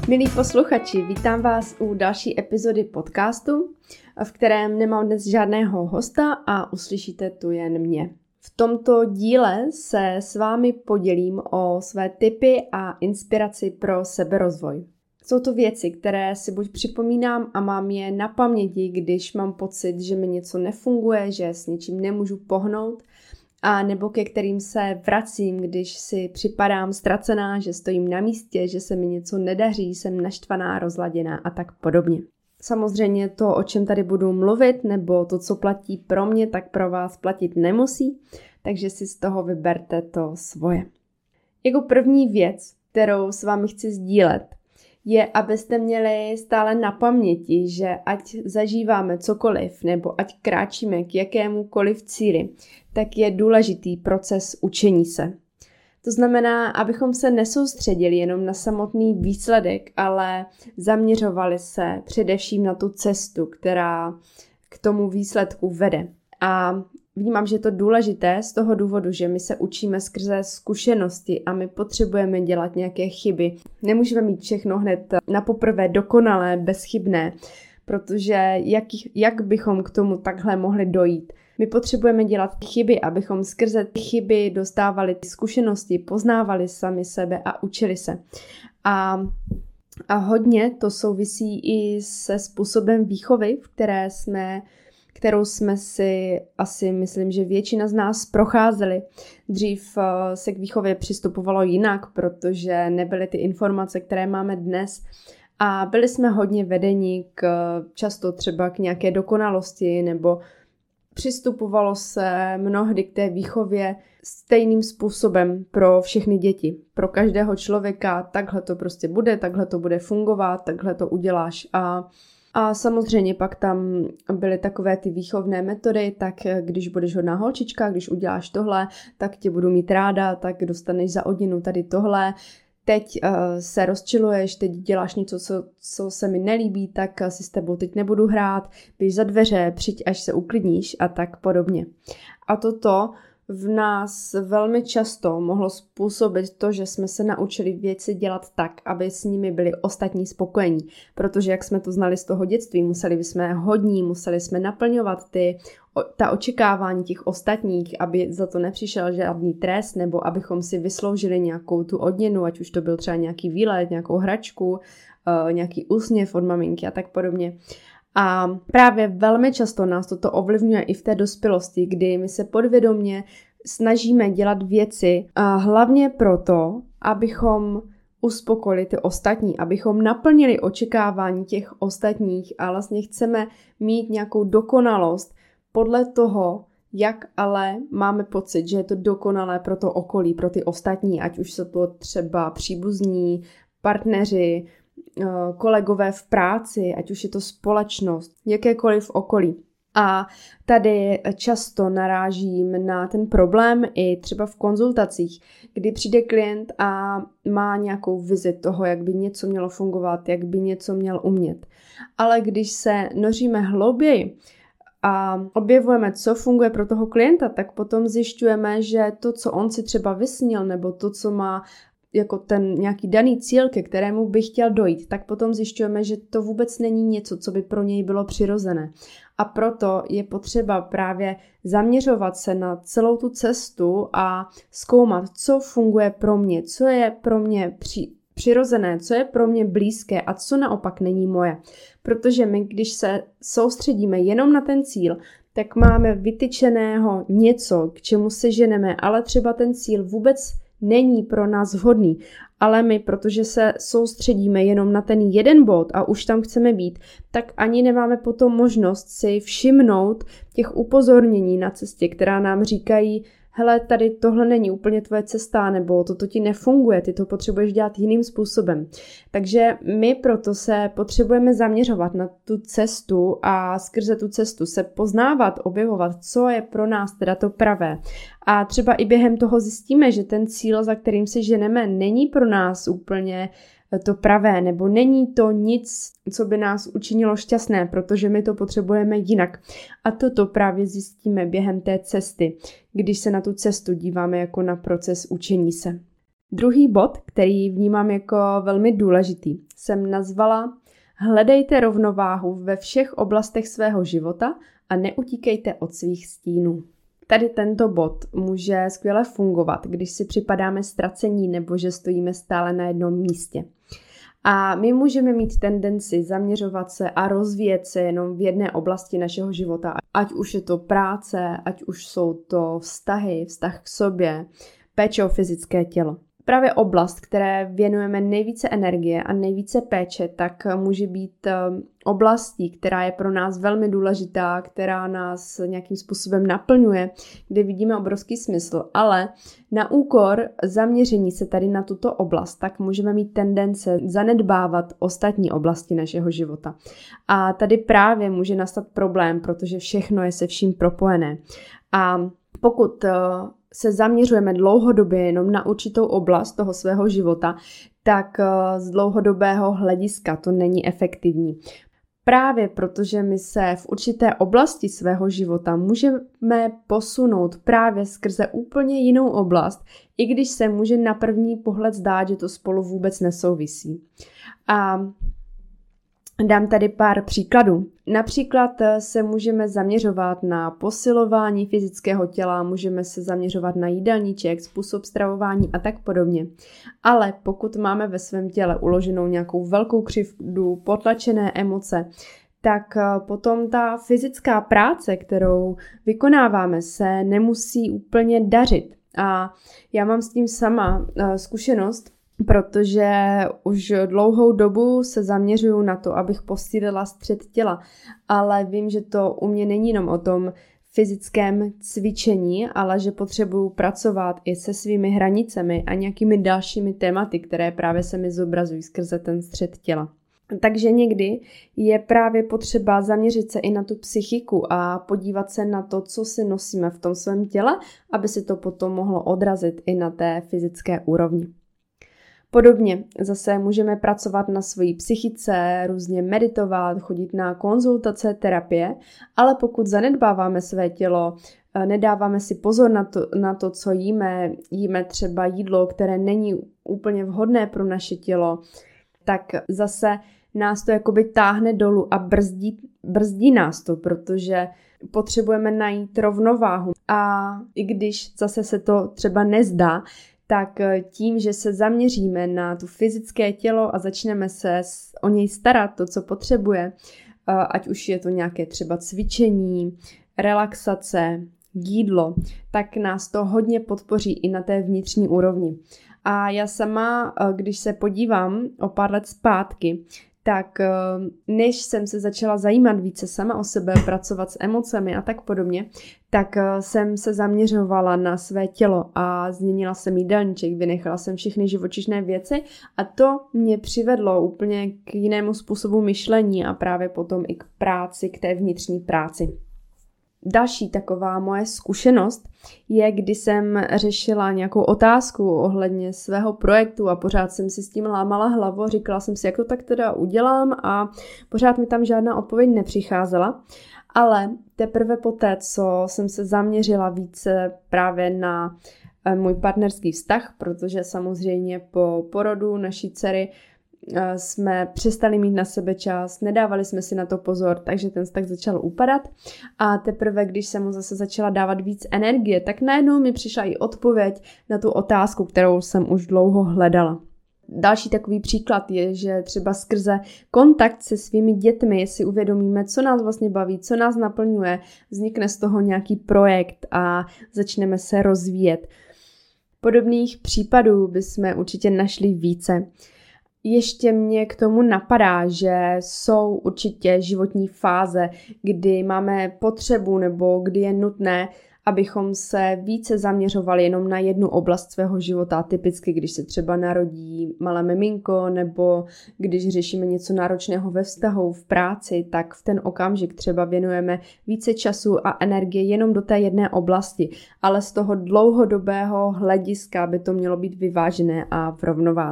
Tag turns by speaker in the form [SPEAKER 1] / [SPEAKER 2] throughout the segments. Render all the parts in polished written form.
[SPEAKER 1] Milí posluchači, vítám vás u další epizody podcastu, v kterém nemám dnes žádného hosta a uslyšíte tu jen mě. V tomto díle se s vámi podělím o své tipy a inspiraci pro seberozvoj. Jsou to věci, které si buď připomínám a mám je na paměti, když mám pocit, že mi něco nefunguje, že s něčím nemůžu pohnout, a nebo ke kterým se vracím, když si připadám ztracená, že stojím na místě, že se mi něco nedaří, jsem naštvaná, rozladěná a tak podobně. Samozřejmě to, o čem tady budu mluvit, nebo to, co platí pro mě, tak pro vás platit nemusí, takže si z toho vyberte to svoje. Jako první věc, kterou s vámi chci sdílet, je, abyste měli stále na paměti, že ať zažíváme cokoliv, nebo ať kráčíme k jakémukoliv cíli, tak je důležitý proces učení se. To znamená, abychom se nesoustředili jenom na samotný výsledek, ale zaměřovali se především na tu cestu, která k tomu výsledku vede. A vnímám, že je to důležité z toho důvodu, že my se učíme skrze zkušenosti a my potřebujeme dělat nějaké chyby. Nemůžeme mít všechno hned na poprvé dokonalé, bezchybné, protože jak bychom k tomu takhle mohli dojít? My potřebujeme dělat chyby, abychom skrze ty chyby dostávali ty zkušenosti, poznávali sami sebe a učili se. A hodně to souvisí i se způsobem výchovy, kterou jsme si asi, myslím, že většina z nás procházeli. Dřív se k výchově přistupovalo jinak, protože nebyly ty informace, které máme dnes. A byli jsme hodně vedeni často třeba k nějaké dokonalosti, nebo přistupovalo se mnohdy k té výchově stejným způsobem pro všechny děti. Pro každého člověka takhle to prostě bude, takhle to bude fungovat, takhle to uděláš. A samozřejmě pak tam byly takové ty výchovné metody, tak když budeš hodná holčička, když uděláš tohle, tak tě budu mít ráda, tak dostaneš za odměnu tady tohle. Teď se rozčiluješ, teď děláš něco, co se mi nelíbí, tak si s tebou teď nebudu hrát, běž za dveře, přijď, až se uklidníš a tak podobně. A toto v nás velmi často mohlo způsobit to, že jsme se naučili věci dělat tak, aby s nimi byli ostatní spokojení. Protože jak jsme to znali z toho dětství, museli jsme naplňovat ta očekávání těch ostatních, aby za to nepřišel žádný trest, nebo abychom si vysloužili nějakou tu odměnu, ať už to byl třeba nějaký výlet, nějakou hračku, nějaký úsměv od maminky a tak podobně. A právě velmi často nás toto ovlivňuje i v té dospělosti, kdy my se podvědomě snažíme dělat věci a hlavně proto, abychom uspokojili ty ostatní, abychom naplnili očekávání těch ostatních a vlastně chceme mít nějakou dokonalost podle toho, jak ale máme pocit, že je to dokonalé pro to okolí, pro ty ostatní, ať už jsou to třeba příbuzní, partneři, kolegové v práci, ať už je to společnost, jakékoliv okolí. A tady často narážím na ten problém i třeba v konzultacích, kdy přijde klient a má nějakou vizi toho, jak by něco mělo fungovat, jak by něco měl umět. Ale když se noříme hlouběji a objevujeme, co funguje pro toho klienta, tak potom zjišťujeme, že to, co on si třeba vysnil, nebo to, co má jako ten nějaký daný cíl, ke kterému by chtěl dojít, tak potom zjišťujeme, že to vůbec není něco, co by pro něj bylo přirozené. A proto je potřeba právě zaměřovat se na celou tu cestu a zkoumat, co funguje pro mě, co je pro mě přirozené, co je pro mě blízké a co naopak není moje. Protože my, když se soustředíme jenom na ten cíl, tak máme vytyčeného něco, k čemu se ženeme, ale třeba ten cíl vůbec není pro nás vhodný, ale my, protože se soustředíme jenom na ten jeden bod a už tam chceme být, tak ani nemáme potom možnost si všimnout těch upozornění na cestě, která nám říkají, hele, tady tohle není úplně tvoje cesta, nebo toto ti nefunguje, ty to potřebuješ dělat jiným způsobem. Takže my proto se potřebujeme zaměřovat na tu cestu a skrze tu cestu se poznávat, objevovat, co je pro nás teda to pravé. A třeba i během toho zjistíme, že ten cíl, za kterým se ženeme, není pro nás úplně to pravé, nebo není to nic, co by nás učinilo šťastné, protože my to potřebujeme jinak. A toto právě zjistíme během té cesty, když se na tu cestu díváme jako na proces učení se. Druhý bod, který vnímám jako velmi důležitý, jsem nazvala hledejte rovnováhu ve všech oblastech svého života a neutíkejte od svých stínů. Tady tento bod může skvěle fungovat, když si připadáme ztracení nebo že stojíme stále na jednom místě. A my můžeme mít tendenci zaměřovat se a rozvíjet se jenom v jedné oblasti našeho života. Ať už je to práce, ať už jsou to vztahy, vztah k sobě, péče o fyzické tělo. Právě oblast, které věnujeme nejvíce energie a nejvíce péče, tak může být oblastí, která je pro nás velmi důležitá, která nás nějakým způsobem naplňuje, kde vidíme obrovský smysl, ale na úkor zaměření se tady na tuto oblast, tak můžeme mít tendence zanedbávat ostatní oblasti našeho života. A tady právě může nastat problém, protože všechno je se vším propojené. A pokud se zaměřujeme dlouhodobě jenom na určitou oblast toho svého života, tak z dlouhodobého hlediska to není efektivní. Právě protože my se v určité oblasti svého života můžeme posunout právě skrze úplně jinou oblast, i když se může na první pohled zdát, že to spolu vůbec nesouvisí. A dám tady pár příkladů. Například se můžeme zaměřovat na posilování fyzického těla, můžeme se zaměřovat na jídelníček, způsob stravování a tak podobně. Ale pokud máme ve svém těle uloženou nějakou velkou křivdu, potlačené emoce, tak potom ta fyzická práce, kterou vykonáváme, se nemusí úplně dařit. A já mám s tím sama zkušenost, protože už dlouhou dobu se zaměřuju na to, abych posílila střed těla, ale vím, že to u mě není jenom o tom fyzickém cvičení, ale že potřebuju pracovat i se svými hranicemi a nějakými dalšími tématy, které právě se mi zobrazují skrze ten střed těla. Takže někdy je právě potřeba zaměřit se i na tu psychiku a podívat se na to, co si nosíme v tom svém těle, aby se to potom mohlo odrazit i na té fyzické úrovni. Podobně zase můžeme pracovat na své psychice, různě meditovat, chodit na konzultace, terapie, ale pokud zanedbáváme své tělo, nedáváme si pozor na to, co jíme třeba jídlo, které není úplně vhodné pro naše tělo, tak zase nás to jakoby táhne dolů a brzdí nás to, protože potřebujeme najít rovnováhu. A i když zase se to třeba nezdá, tak tím, že se zaměříme na tu fyzické tělo a začneme se o něj starat, to, co potřebuje, ať už je to nějaké třeba cvičení, relaxace, jídlo, tak nás to hodně podpoří i na té vnitřní úrovni. A já sama, když se podívám o pár let zpátky, tak než jsem se začala zajímat více sama o sebe, pracovat s emocemi a tak podobně, tak jsem se zaměřovala na své tělo a změnila jsem jídelníček, vynechala jsem všechny živočišné věci a to mě přivedlo úplně k jinému způsobu myšlení a právě potom i k práci, k té vnitřní práci. Další taková moje zkušenost je, kdy jsem řešila nějakou otázku ohledně svého projektu a pořád jsem si s tím lámala hlavu, říkala jsem si, jak to tak teda udělám a pořád mi tam žádná odpověď nepřicházela. Ale teprve poté, co jsem se zaměřila více právě na můj partnerský vztah, protože samozřejmě po porodu naší dcery jsme přestali mít na sebe čas, nedávali jsme si na to pozor, takže ten vztah začal upadat a teprve, když jsem mu zase začala dávat víc energie, tak najednou mi přišla i odpověď na tu otázku, kterou jsem už dlouho hledala. Další takový příklad je, že třeba skrze kontakt se svými dětmi si uvědomíme, co nás vlastně baví, co nás naplňuje, vznikne z toho nějaký projekt a začneme se rozvíjet. Podobných případů bychom určitě našli více. Ještě mě k tomu napadá, že jsou určitě životní fáze, kdy máme potřebu nebo kdy je nutné, abychom se více zaměřovali jenom na jednu oblast svého života. Typicky, když se třeba narodí malé miminko nebo když řešíme něco náročného ve vztahu, v práci, tak v ten okamžik třeba věnujeme více času a energie jenom do té jedné oblasti. Ale z toho dlouhodobého hlediska by to mělo být vyvážené a v rovnováze.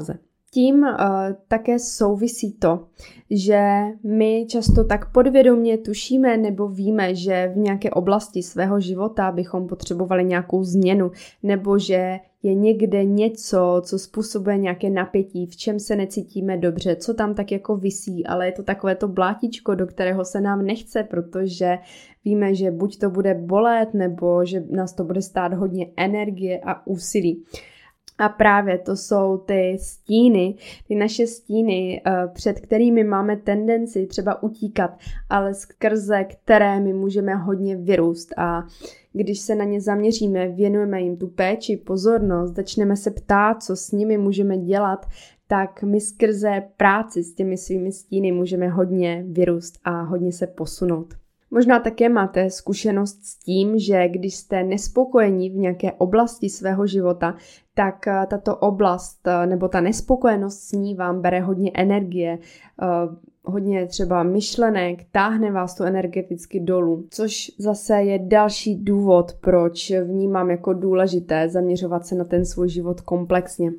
[SPEAKER 1] Tím také souvisí to, že my často tak podvědomě tušíme nebo víme, že v nějaké oblasti svého života bychom potřebovali nějakou změnu, nebo že je někde něco, co způsobuje nějaké napětí, v čem se necítíme dobře, co tam tak jako visí, ale je to takové to blátíčko, do kterého se nám nechce, protože víme, že buď to bude bolet, nebo že nás to bude stát hodně energie a úsilí. A právě to jsou ty stíny, ty naše stíny, před kterými máme tendenci třeba utíkat, ale skrze které my můžeme hodně vyrůst. A když se na ně zaměříme, věnujeme jim tu péči, pozornost, začneme se ptát, co s nimi můžeme dělat, tak my skrze práci s těmi svými stíny můžeme hodně vyrůst a hodně se posunout. Možná také máte zkušenost s tím, že když jste nespokojení v nějaké oblasti svého života, tak tato oblast nebo ta nespokojenost s ní vám bere hodně energie, hodně třeba myšlenek, táhne vás to energeticky dolů, což zase je další důvod, proč vnímám jako důležité zaměřovat se na ten svůj život komplexně.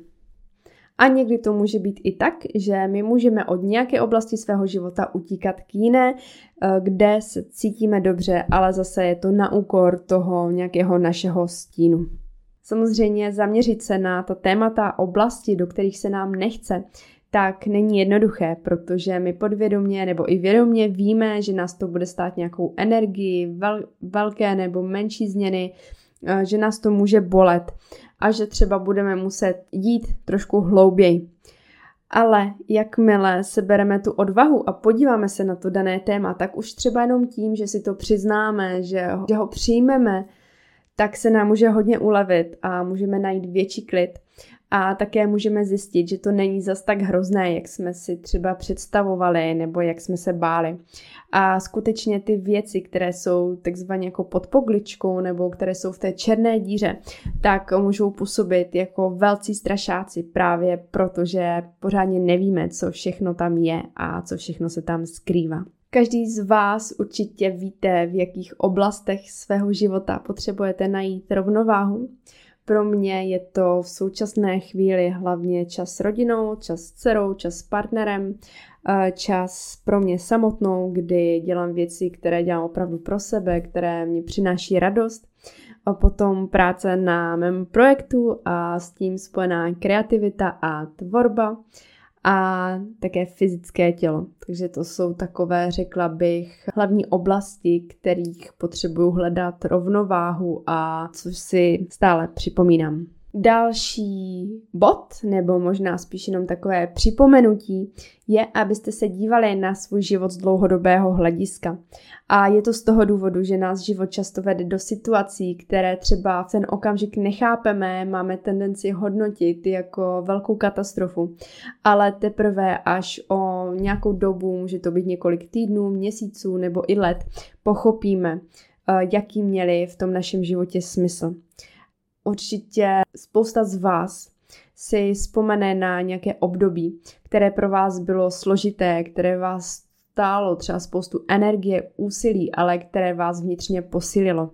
[SPEAKER 1] A někdy to může být i tak, že my můžeme od nějaké oblasti svého života utíkat k jiné, kde se cítíme dobře, ale zase je to na úkor toho nějakého našeho stínu. Samozřejmě zaměřit se na ta témata oblasti, do kterých se nám nechce, tak není jednoduché, protože my podvědomě nebo i vědomě víme, že nás to bude stát nějakou energii, velké nebo menší změny, že nás to může bolet a že třeba budeme muset jít trošku hlouběji. Ale jakmile sebereme tu odvahu a podíváme se na to dané téma, tak už třeba jenom tím, že si to přiznáme, že ho přijmeme, tak se nám může hodně ulevit a můžeme najít větší klid. A také můžeme zjistit, že to není zas tak hrozné, jak jsme si třeba představovali nebo jak jsme se báli. A skutečně ty věci, které jsou takzvaně jako pod pogličkou nebo které jsou v té černé díře, tak můžou působit jako velcí strašáci právě protože pořádně nevíme, co všechno tam je a co všechno se tam skrývá. Každý z vás určitě víte, v jakých oblastech svého života potřebujete najít rovnováhu. Pro mě je to v současné chvíli hlavně čas s rodinou, čas s dcerou, čas s partnerem, čas pro mě samotnou, kdy dělám věci, které dělám opravdu pro sebe, které mě přináší radost. A potom práce na mém projektu a s tím spojená kreativita a tvorba a také fyzické tělo. Takže to jsou takové, řekla bych, hlavní oblasti, kterých potřebuju hledat rovnováhu a což si stále připomínám. Další bod, nebo možná spíš jenom takové připomenutí, je, abyste se dívali na svůj život z dlouhodobého hlediska. A je to z toho důvodu, že nás život často vede do situací, které třeba v ten okamžik nechápeme, máme tendenci hodnotit jako velkou katastrofu. Ale teprve až o nějakou dobu, může to být několik týdnů, měsíců nebo i let, pochopíme, jaký měli v tom našem životě smysl. Určitě spousta z vás si vzpomene na nějaké období, které pro vás bylo složité, které vás stálo třeba spoustu energie, úsilí, ale které vás vnitřně posílilo.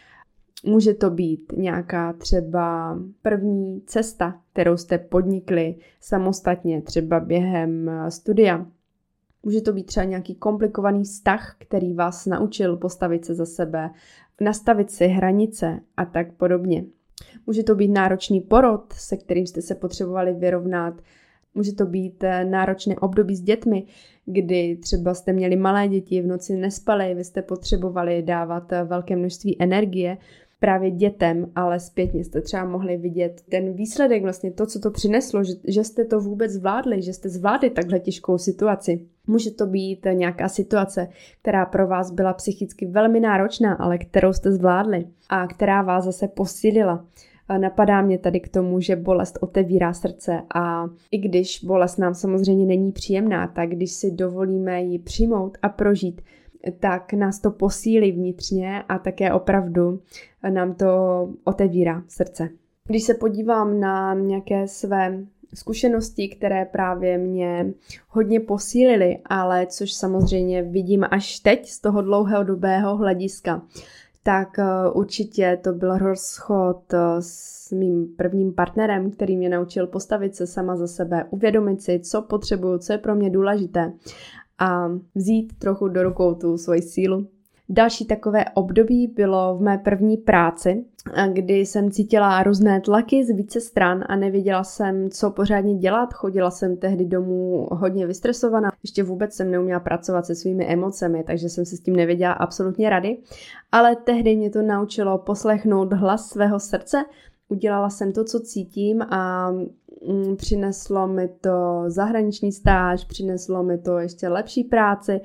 [SPEAKER 1] Může to být nějaká třeba první cesta, kterou jste podnikli samostatně, třeba během studia. Může to být třeba nějaký komplikovaný vztah, který vás naučil postavit se za sebe, nastavit si hranice a tak podobně. Může to být náročný porod, se kterým jste se potřebovali vyrovnat. Může to být náročné období s dětmi, kdy třeba jste měli malé děti, v noci nespali, vy jste potřebovali dávat velké množství energie právě dětem, ale zpětně jste třeba mohli vidět ten výsledek, vlastně to, co to přineslo, že jste to vůbec zvládli, že jste zvládli takhle těžkou situaci. Může to být nějaká situace, která pro vás byla psychicky velmi náročná, ale kterou jste zvládli a která vás zase posílila. Napadá mě tady k tomu, že bolest otevírá srdce a i když bolest nám samozřejmě není příjemná, tak když si dovolíme ji přijmout a prožít, tak nás to posílí vnitřně a také opravdu nám to otevírá srdce. Když se podívám na nějaké své zkušenosti, které právě mě hodně posílily, ale což samozřejmě vidím až teď z toho dlouhodobého hlediska, tak určitě to byl rozchod s mým prvním partnerem, který mě naučil postavit se sama za sebe, uvědomit si, co potřebuju, co je pro mě důležité a vzít trochu do rukou tu svoji sílu. Další takové období bylo v mé první práci, kdy jsem cítila různé tlaky z více stran a nevěděla jsem, co pořádně dělat. Chodila jsem tehdy domů hodně vystresovaná. Ještě vůbec jsem neuměla pracovat se svými emocemi, takže jsem si s tím nevěděla absolutně rady. Ale tehdy mě to naučilo poslechnout hlas svého srdce. Udělala jsem to, co cítím a přineslo mi to zahraniční stáž, přineslo mi to ještě lepší práci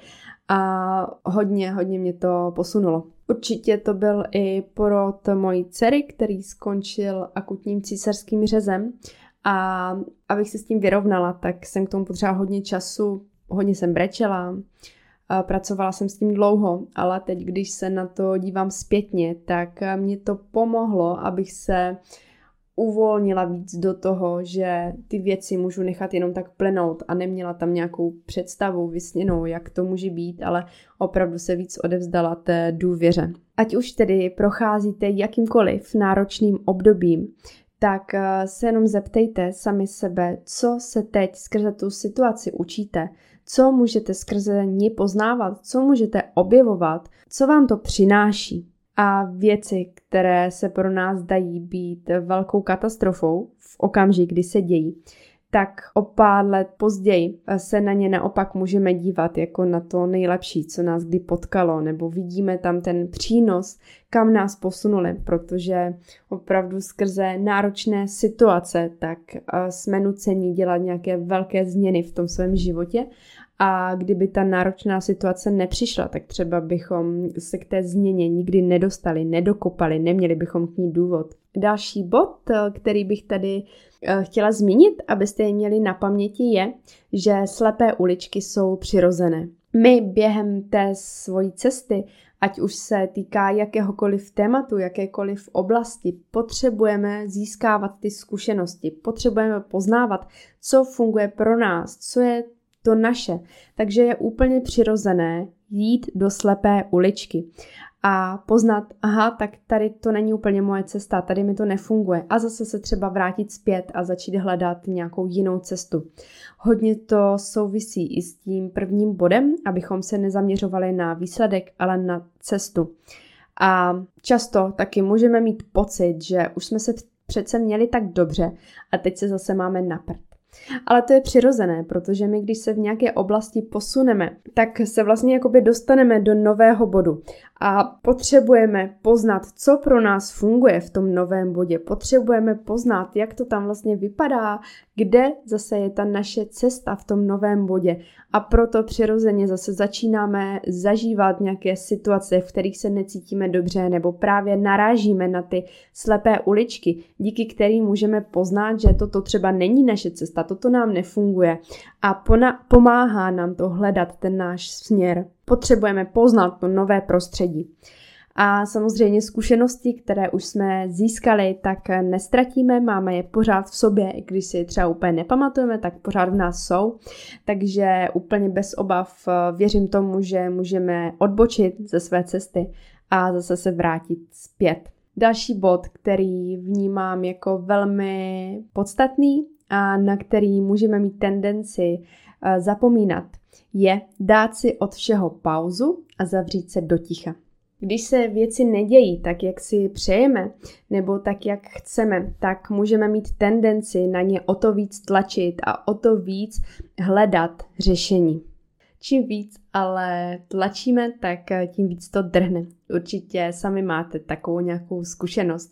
[SPEAKER 1] a hodně mě to posunulo. Určitě to byl i porod mojí dcery, který skončil akutním císařským řezem a abych se s tím vyrovnala, tak jsem k tomu potřebovala hodně času, hodně jsem brečela, pracovala jsem s tím dlouho, ale teď, když se na to dívám zpětně, tak mě to pomohlo, abych se uvolnila víc do toho, že ty věci můžu nechat jenom tak plynout a neměla tam nějakou představu vysněnou, jak to může být, ale opravdu se víc odevzdala té důvěře. Ať už tedy procházíte jakýmkoliv náročným obdobím, tak se jenom zeptejte sami sebe, co se teď skrze tu situaci učíte, co můžete skrze ní poznávat, co můžete objevovat, co vám to přináší. A věci, které se pro nás dají být velkou katastrofou v okamžik, kdy se dějí, tak o pár let později se na ně naopak můžeme dívat jako na to nejlepší, co nás kdy potkalo, nebo vidíme tam ten přínos, kam nás posunuli, protože opravdu skrze náročné situace tak jsme nuceni dělat nějaké velké změny v tom svém životě. A kdyby ta náročná situace nepřišla, tak třeba bychom se k té změně nikdy nedostali, nedokopali, neměli bychom k ní důvod. Další bod, který bych tady chtěla zmínit, abyste je měli na paměti, je, že slepé uličky jsou přirozené. My během té svojí cesty, ať už se týká jakéhokoliv tématu, jakékoliv oblasti, potřebujeme získávat ty zkušenosti, potřebujeme poznávat, co funguje pro nás, co je to naše. Takže je úplně přirozené jít do slepé uličky a poznat, aha, tak tady to není úplně moje cesta, tady mi to nefunguje a zase se třeba vrátit zpět a začít hledat nějakou jinou cestu. Hodně to souvisí i s tím prvním bodem, abychom se nezaměřovali na výsledek, ale na cestu. A často taky můžeme mít pocit, že už jsme se přece měli tak dobře a teď se zase máme na prd. Ale to je přirozené, protože my, když se v nějaké oblasti posuneme, tak se vlastně jakoby dostaneme do nového bodu a potřebujeme poznat, co pro nás funguje v tom novém bodě. Potřebujeme poznat, jak to tam vlastně vypadá, kde zase je ta naše cesta v tom novém bodě. A proto přirozeně zase začínáme zažívat nějaké situace, v kterých se necítíme dobře, nebo právě narážíme na ty slepé uličky, díky kterým můžeme poznat, že toto třeba není naše cesta, toto nám nefunguje a pomáhá nám to hledat ten náš směr. Potřebujeme poznat to nové prostředí. A samozřejmě zkušenosti, které už jsme získali, tak nestratíme, máme je pořád v sobě, i když si je třeba úplně nepamatujeme, tak pořád v nás jsou. Takže úplně bez obav věřím tomu, že můžeme odbočit ze své cesty a zase se vrátit zpět. Další bod, který vnímám jako velmi podstatný a na který můžeme mít tendenci zapomínat, je dát si od všeho pauzu a zavřít se do ticha. Když se věci nedějí tak, jak si přejeme, nebo tak, jak chceme, tak můžeme mít tendenci na ně o to víc tlačit a o to víc hledat řešení. Čím víc ale tlačíme, tak tím víc to drhne. Určitě sami máte takovou nějakou zkušenost.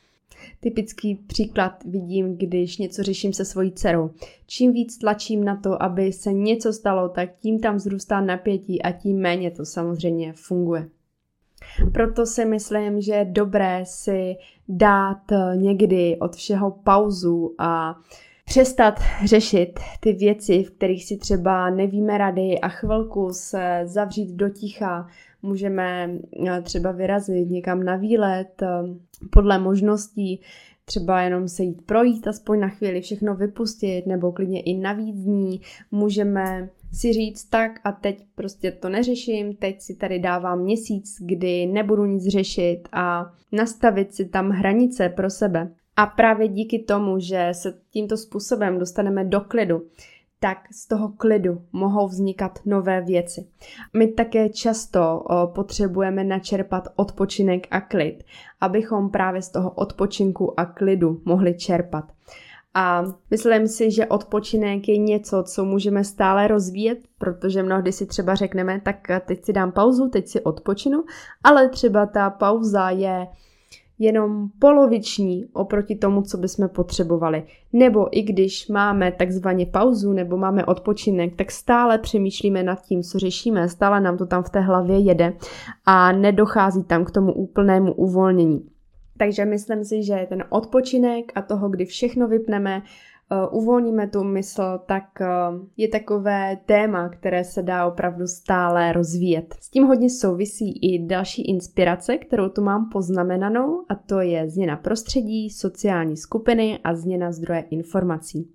[SPEAKER 1] Typický příklad vidím, když něco řeším se svojí dcerou. Čím víc tlačím na to, aby se něco stalo, tak tím tam vzrůstá napětí a tím méně to samozřejmě funguje. Proto si myslím, že je dobré si dát někdy od všeho pauzu a přestat řešit ty věci, v kterých si třeba nevíme rady a chvilku se zavřít do ticha. Můžeme třeba vyrazit někam na výlet podle možností, třeba jenom se jít projít aspoň na chvíli, všechno vypustit nebo klidně i na víc dní. Můžeme si říct tak a teď prostě to neřeším, teď si tady dávám měsíc, kdy nebudu nic řešit a nastavit si tam hranice pro sebe. A právě díky tomu, že se tímto způsobem dostaneme do klidu, tak z toho klidu mohou vznikat nové věci. My také často potřebujeme načerpat odpočinek a klid, abychom právě z toho odpočinku a klidu mohli čerpat. A myslím si, že odpočinek je něco, co můžeme stále rozvíjet, protože mnohdy si třeba řekneme, tak teď si dám pauzu, teď si odpočinu, ale třeba ta pauza je jenom poloviční oproti tomu, co bychom potřebovali. Nebo i když máme takzvaně pauzu nebo máme odpočinek, tak stále přemýšlíme nad tím, co řešíme, stále nám to tam v té hlavě jede a nedochází tam k tomu úplnému uvolnění. Takže myslím si, že ten odpočinek a toho, kdy všechno vypneme, uvolníme tu mysl, tak je takové téma, které se dá opravdu stále rozvíjet. S tím hodně souvisí i další inspirace, kterou tu mám poznamenanou, a to je změna prostředí, sociální skupiny a změna zdroje informací.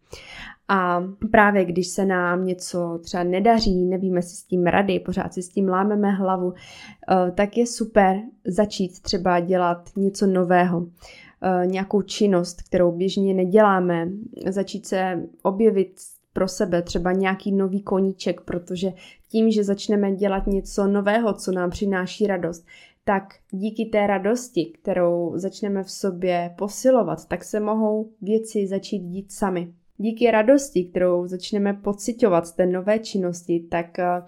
[SPEAKER 1] A právě když se nám něco třeba nedaří, nevíme si s tím rady, pořád si s tím lámeme hlavu, tak je super začít třeba dělat něco nového. Nějakou činnost, kterou běžně neděláme, začít se objevit pro sebe třeba nějaký nový koníček, protože tím, že začneme dělat něco nového, co nám přináší radost, tak díky té radosti, kterou začneme v sobě posilovat, tak se mohou věci začít dít sami. Díky radosti, kterou začneme pociťovat z té nové činnosti, tak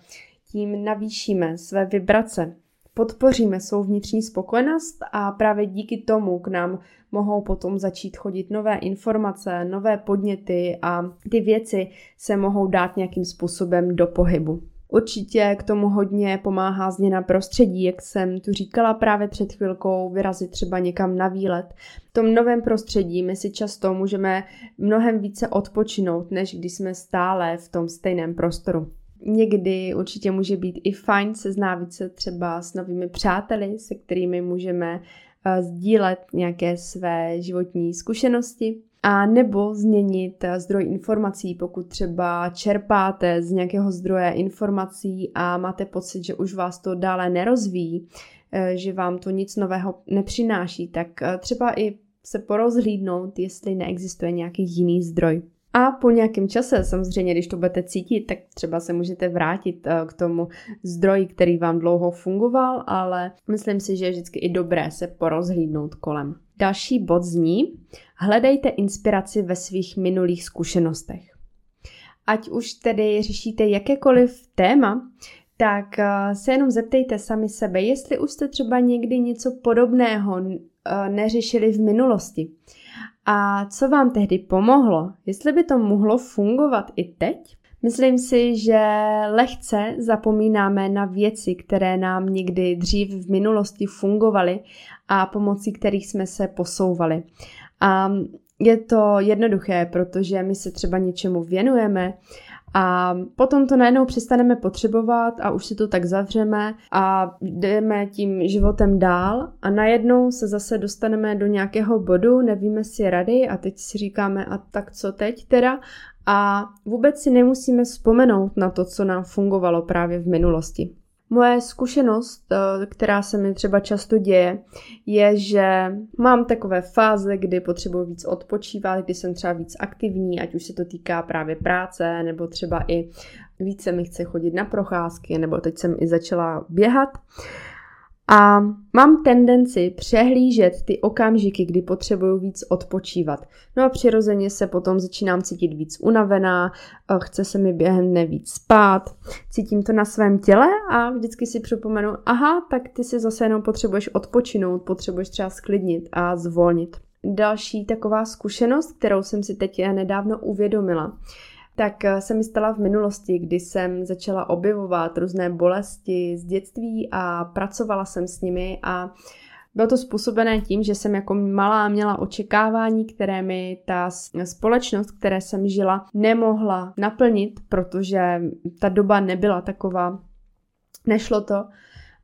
[SPEAKER 1] tím navýšíme své vibrace. Podpoříme svou vnitřní spokojenost a právě díky tomu k nám mohou potom začít chodit nové informace, nové podněty a ty věci se mohou dát nějakým způsobem do pohybu. Určitě k tomu hodně pomáhá změna prostředí, jak jsem tu říkala právě před chvilkou, vyrazit třeba někam na výlet. V tom novém prostředí my si často můžeme mnohem více odpočinout, než když jsme stále v tom stejném prostoru. Někdy určitě může být i fajn seznámit se třeba s novými přáteli, se kterými můžeme sdílet nějaké své životní zkušenosti. A nebo změnit zdroj informací, pokud třeba čerpáte z nějakého zdroje informací a máte pocit, že už vás to dále nerozvíjí, že vám to nic nového nepřináší, tak třeba i se porozhlídnout, jestli neexistuje nějaký jiný zdroj. A po nějakém čase, samozřejmě, když to budete cítit, tak třeba se můžete vrátit k tomu zdroji, který vám dlouho fungoval, ale myslím si, že je vždycky i dobré se porozhlídnout kolem. Další bod zní: hledejte inspiraci ve svých minulých zkušenostech. Ať už tedy řešíte jakékoliv téma, tak se jenom zeptejte sami sebe, jestli už jste třeba někdy něco podobného neřešili v minulosti. A co vám tehdy pomohlo? Jestli by to mohlo fungovat i teď? Myslím si, že lehce zapomínáme na věci, které nám někdy dřív v minulosti fungovaly a pomocí kterých jsme se posouvali. A je to jednoduché, protože my se třeba něčemu věnujeme a potom to najednou přestaneme potřebovat a už si to tak zavřeme a jdeme tím životem dál a najednou se zase dostaneme do nějakého bodu, nevíme si rady a teď si říkáme, a tak co teď teda? A vůbec si nemusíme vzpomenout na to, co nám fungovalo právě v minulosti. Moje zkušenost, která se mi třeba často děje, je, že mám takové fáze, kdy potřebuji víc odpočívat, kdy jsem třeba víc aktivní, ať už se to týká právě práce, nebo třeba i více mi chce chodit na procházky, nebo teď jsem i začala běhat. A mám tendenci přehlížet ty okamžiky, kdy potřebuju víc odpočívat. No a přirozeně se potom začínám cítit víc unavená, chce se mi během dne víc spát, cítím to na svém těle a vždycky si připomenu, aha, tak ty si zase jenom potřebuješ odpočinout, potřebuješ třeba sklidnit a zvolnit. Další taková zkušenost, kterou jsem si teď nedávno uvědomila, tak se mi stala v minulosti, kdy jsem začala objevovat různé bolesti z dětství a pracovala jsem s nimi a bylo to způsobené tím, že jsem jako malá měla očekávání, které mi ta společnost, které jsem žila, nemohla naplnit, protože ta doba nebyla taková, nešlo to.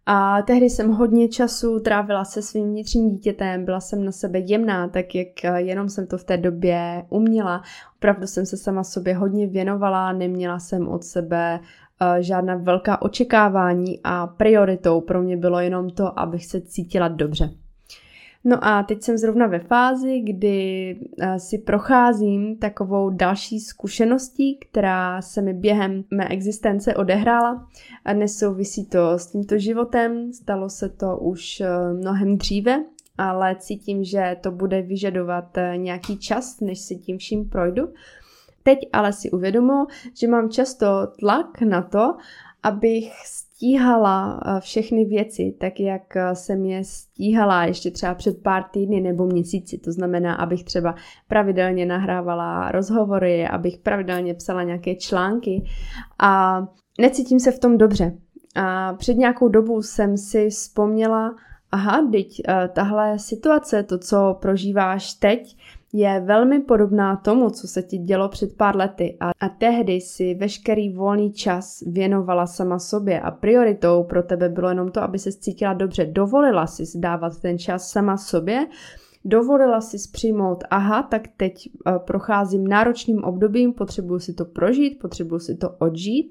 [SPEAKER 1] A tehdy jsem hodně času trávila se svým vnitřním dítětem, byla jsem na sebe jemná, tak jak jenom jsem to v té době uměla. Opravdu jsem se sama sobě hodně věnovala, neměla jsem od sebe žádná velká očekávání a prioritou pro mě bylo jenom to, abych se cítila dobře. No a teď jsem zrovna ve fázi, kdy si procházím takovou další zkušeností, která se mi během mé existence odehrála. A nesouvisí to s tímto životem, stalo se to už mnohem dříve, ale cítím, že to bude vyžadovat nějaký čas, než si tím vším projdu. Teď ale si uvědomuji, že mám často tlak na to, abych stíhala všechny věci, tak jak jsem je stíhala ještě třeba před pár týdny nebo měsíci. To znamená, abych třeba pravidelně nahrávala rozhovory, abych pravidelně psala nějaké články a necítím se v tom dobře. A před nějakou dobou jsem si vzpomněla, teď tahle situace, to, co prožíváš teď, je velmi podobná tomu, co se ti dělo před pár lety a tehdy si veškerý volný čas věnovala sama sobě a prioritou pro tebe bylo jenom to, aby se cítila dobře. Dovolila si dávat ten čas sama sobě, dovolila si přijmout, tak teď procházím náročným obdobím, potřebuju si to prožít, potřebuju si to odžít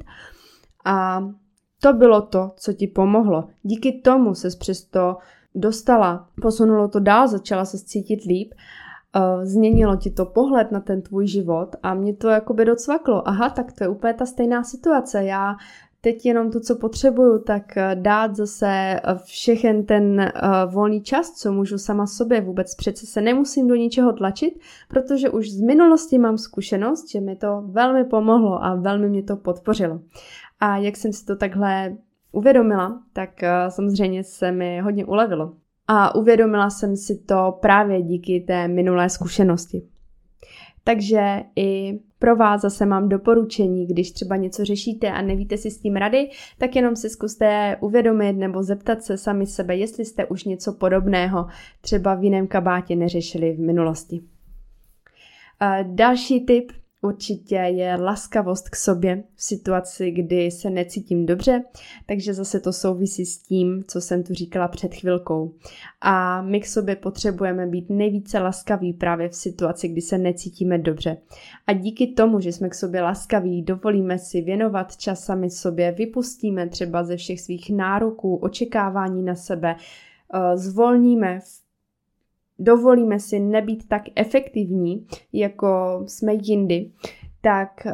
[SPEAKER 1] a to bylo to, co ti pomohlo. Díky tomu ses přesto dostala, posunulo to dál, začala se cítit líp, změnilo ti to pohled na ten tvůj život a mě to jakoby docvaklo. Tak to je úplně ta stejná situace. Já teď jenom to, co potřebuju, tak dát zase všechen ten volný čas, co můžu sama sobě. Vůbec přece se nemusím do ničeho tlačit, protože už z minulosti mám zkušenost, že mi to velmi pomohlo a velmi mě to podpořilo. A jak jsem si to takhle uvědomila, tak samozřejmě se mi hodně ulevilo. A uvědomila jsem si to právě díky té minulé zkušenosti. Takže i pro vás zase mám doporučení, když třeba něco řešíte a nevíte si s tím rady, tak jenom si zkuste uvědomit nebo zeptat se sami sebe, jestli jste už něco podobného třeba v jiném kabátě neřešili v minulosti. Další tip určitě je laskavost k sobě v situaci, kdy se necítím dobře, takže zase to souvisí s tím, co jsem tu říkala před chvilkou. A my k sobě potřebujeme být nejvíce laskaví právě v situaci, kdy se necítíme dobře. A díky tomu, že jsme k sobě laskaví, dovolíme si věnovat čas sami sobě, vypustíme třeba ze všech svých nároků, očekávání na sebe, zvolníme, dovolíme si nebýt tak efektivní, jako jsme jindy, tak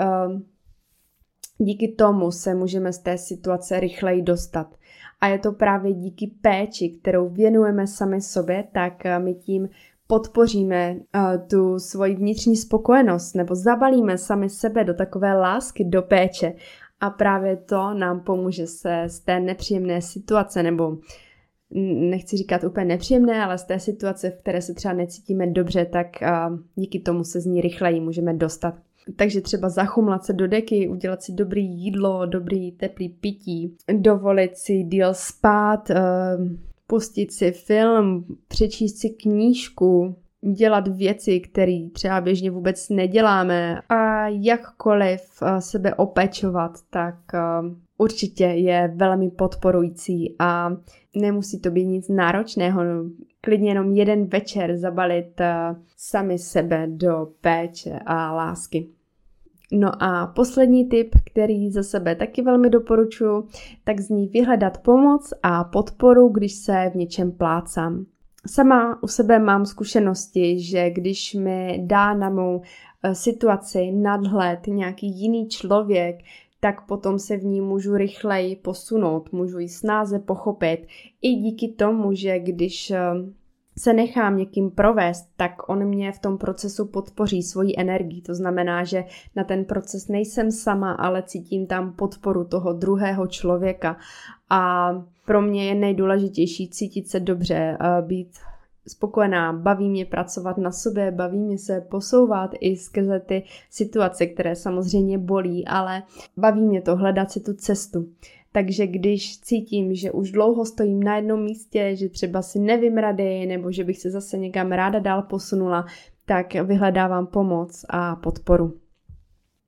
[SPEAKER 1] díky tomu se můžeme z té situace rychleji dostat. A je to právě díky péči, kterou věnujeme sami sobě, tak my tím podpoříme tu svoji vnitřní spokojenost nebo zabalíme sami sebe do takové lásky, do péče. A právě to nám pomůže se z té nepříjemné situace nebo nechci říkat úplně nepříjemné, ale z té situace, v které se třeba necítíme dobře, tak díky tomu se z ní rychleji můžeme dostat. Takže třeba zachumlat se do deky, udělat si dobré jídlo, dobrý teplý pití, dovolit si díl spát, pustit si film, přečíst si knížku, dělat věci, které třeba běžně vůbec neděláme a jakkoliv sebe opečovat, tak určitě je velmi podporující a nemusí to být nic náročného. Klidně jenom jeden večer zabalit sami sebe do péče a lásky. No a poslední tip, který za sebe taky velmi doporučuji, tak zní vyhledat pomoc a podporu, když se v něčem plácám. Sama u sebe mám zkušenosti, že když mi dá na mou situaci nadhled nějaký jiný člověk, tak potom se v ní můžu rychleji posunout, můžu ji snáze pochopit. I díky tomu, že když se nechám někým provést, tak on mě v tom procesu podpoří svojí energií. To znamená, že na ten proces nejsem sama, ale cítím tam podporu toho druhého člověka. A pro mě je nejdůležitější cítit se dobře, být spokojená, baví mě pracovat na sobě, baví mě se posouvat i skrze ty situace, které samozřejmě bolí, ale baví mě to hledat si tu cestu. Takže když cítím, že už dlouho stojím na jednom místě, že třeba si nevím rady, nebo že bych se zase někam ráda dál posunula, tak vyhledávám pomoc a podporu.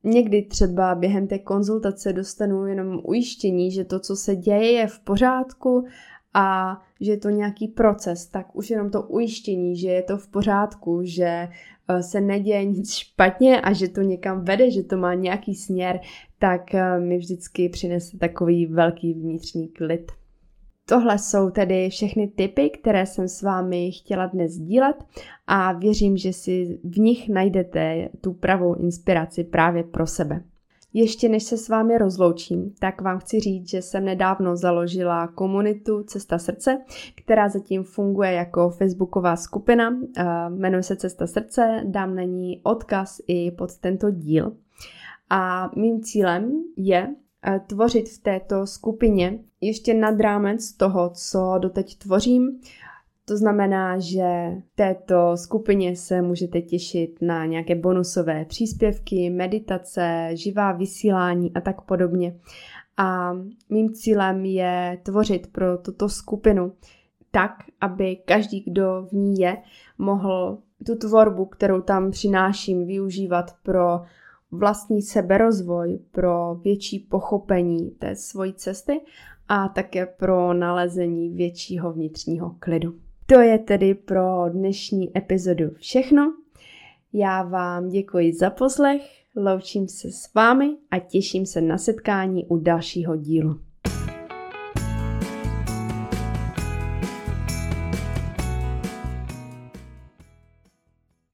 [SPEAKER 1] Někdy třeba během té konzultace dostanu jenom ujištění, že to, co se děje, je v pořádku a že je to nějaký proces, tak už jenom to ujištění, že je to v pořádku, že se neděje nic špatně a že to někam vede, že to má nějaký směr, tak mi vždycky přinese takový velký vnitřní klid. Tohle jsou tedy všechny tipy, které jsem s vámi chtěla dnes sdílet a věřím, že si v nich najdete tu pravou inspiraci právě pro sebe. Ještě než se s vámi rozloučím, tak vám chci říct, že jsem nedávno založila komunitu Cesta srdce, která zatím funguje jako facebooková skupina, jmenuje se Cesta srdce, dám na ní odkaz i pod tento díl. A mým cílem je tvořit v této skupině ještě nad rámec toho, co doteď tvořím. To znamená, že v této skupině se můžete těšit na nějaké bonusové příspěvky, meditace, živá vysílání a tak podobně. A mým cílem je tvořit pro tuto skupinu tak, aby každý, kdo v ní je, mohl tu tvorbu, kterou tam přináším, využívat pro vlastní seberozvoj, pro větší pochopení té svojí cesty a také pro nalezení většího vnitřního klidu. To je tedy pro dnešní epizodu všechno. Já vám děkuji za poslech, loučím se s vámi a těším se na setkání u dalšího dílu.